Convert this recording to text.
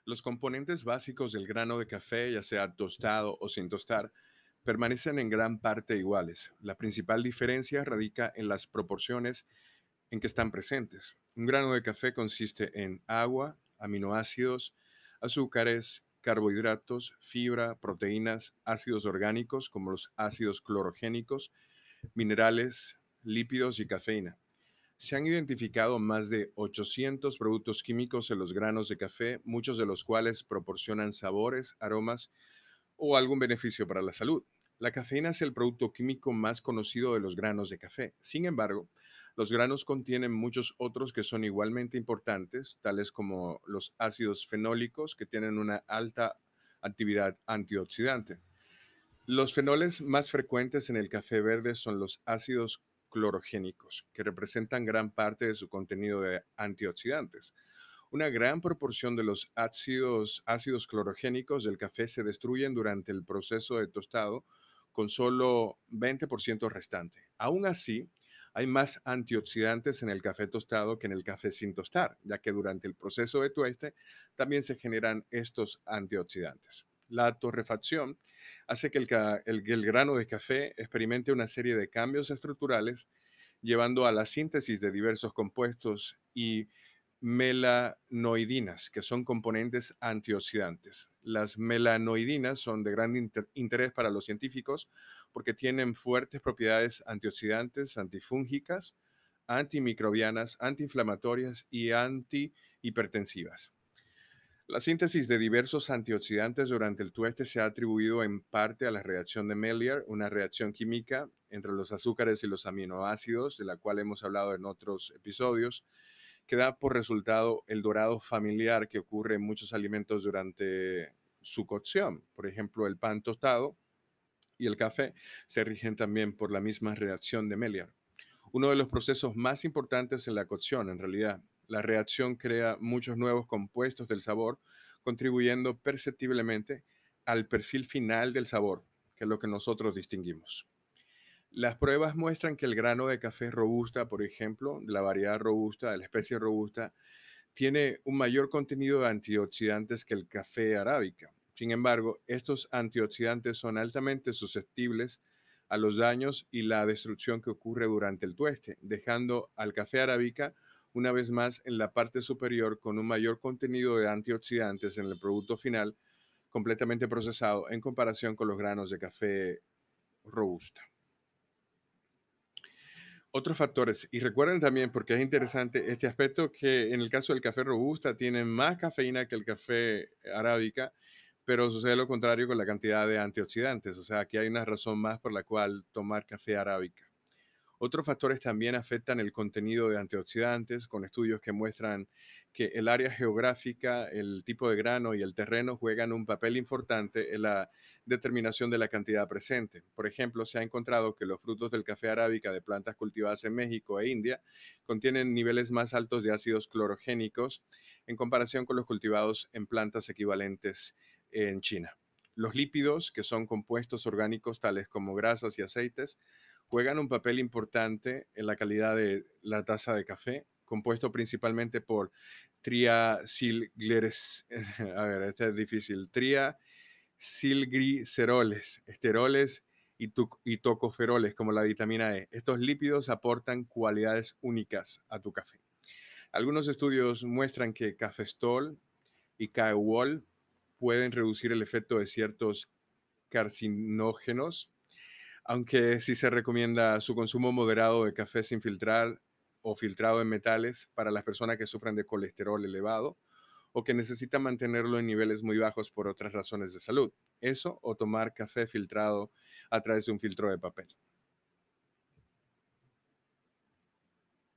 Los componentes básicos del grano de café, ya sea tostado o sin tostar, permanecen en gran parte iguales. La principal diferencia radica en las proporciones en que están presentes. Un grano de café consiste en agua, aminoácidos, azúcares, carbohidratos, fibra, proteínas, ácidos orgánicos como los ácidos clorogénicos, minerales, lípidos y cafeína. Se han identificado más de 800 productos químicos en los granos de café, muchos de los cuales proporcionan sabores, aromas o algún beneficio para la salud. La cafeína es el producto químico más conocido de los granos de café. Sin embargo, los granos contienen muchos otros que son igualmente importantes, tales como los ácidos fenólicos, que tienen una alta actividad antioxidante. Los fenoles más frecuentes en el café verde son los ácidos clorogénicos, que representan gran parte de su contenido de antioxidantes. Una gran proporción de los ácidos clorogénicos del café se destruyen durante el proceso de tostado, con solo 20% restante. Aún así, hay más antioxidantes en el café tostado que en el café sin tostar, ya que durante el proceso de tueste también se generan estos antioxidantes. La torrefacción hace que el grano de café experimente una serie de cambios estructurales, llevando a la síntesis de diversos compuestos y melanoidinas, que son componentes antioxidantes. Las melanoidinas son de gran interés para los científicos porque tienen fuertes propiedades antioxidantes, antifúngicas, antimicrobianas, antiinflamatorias y antihipertensivas. La síntesis de diversos antioxidantes durante el tueste se ha atribuido en parte a la reacción de Maillard, una reacción química entre los azúcares y los aminoácidos, de la cual hemos hablado en otros episodios, que da por resultado el dorado familiar que ocurre en muchos alimentos durante su cocción. Por ejemplo, el pan tostado y el café se rigen también por la misma reacción de Maillard. Uno de los procesos más importantes en la cocción, en realidad. La reacción crea muchos nuevos compuestos del sabor, contribuyendo perceptiblemente al perfil final del sabor, que es lo que nosotros distinguimos. Las pruebas muestran que el grano de café robusta, por ejemplo, de la variedad robusta, de la especie robusta, tiene un mayor contenido de antioxidantes que el café arábica. Sin embargo, estos antioxidantes son altamente susceptibles a los daños y la destrucción que ocurre durante el tueste, dejando al café arábica una vez más en la parte superior con un mayor contenido de antioxidantes en el producto final completamente procesado en comparación con los granos de café robusta. Otros factores, y recuerden también, porque es interesante este aspecto, que en el caso del café robusta tiene más cafeína que el café arábica, pero sucede lo contrario con la cantidad de antioxidantes. O sea, aquí hay una razón más por la cual tomar café arábica. Otros factores también afectan el contenido de antioxidantes, con estudios que muestran que el área geográfica, el tipo de grano y el terreno juegan un papel importante en la determinación de la cantidad presente. Por ejemplo, se ha encontrado que los frutos del café arábica de plantas cultivadas en México e India contienen niveles más altos de ácidos clorogénicos en comparación con los cultivados en plantas equivalentes en China. Los lípidos, que son compuestos orgánicos tales como grasas y aceites, juegan un papel importante en la calidad de la taza de café, compuesto principalmente por triacilgleres, a ver, este es difícil, triacilgliceroles, esteroles y tocoferoles, como la vitamina E. Estos lípidos aportan cualidades únicas a tu café. Algunos estudios muestran que cafestol y caewol pueden reducir el efecto de ciertos carcinógenos, aunque sí se recomienda su consumo moderado de café sin filtrar o filtrado en metales para las personas que sufren de colesterol elevado o que necesitan mantenerlo en niveles muy bajos por otras razones de salud. Eso o tomar café filtrado a través de un filtro de papel.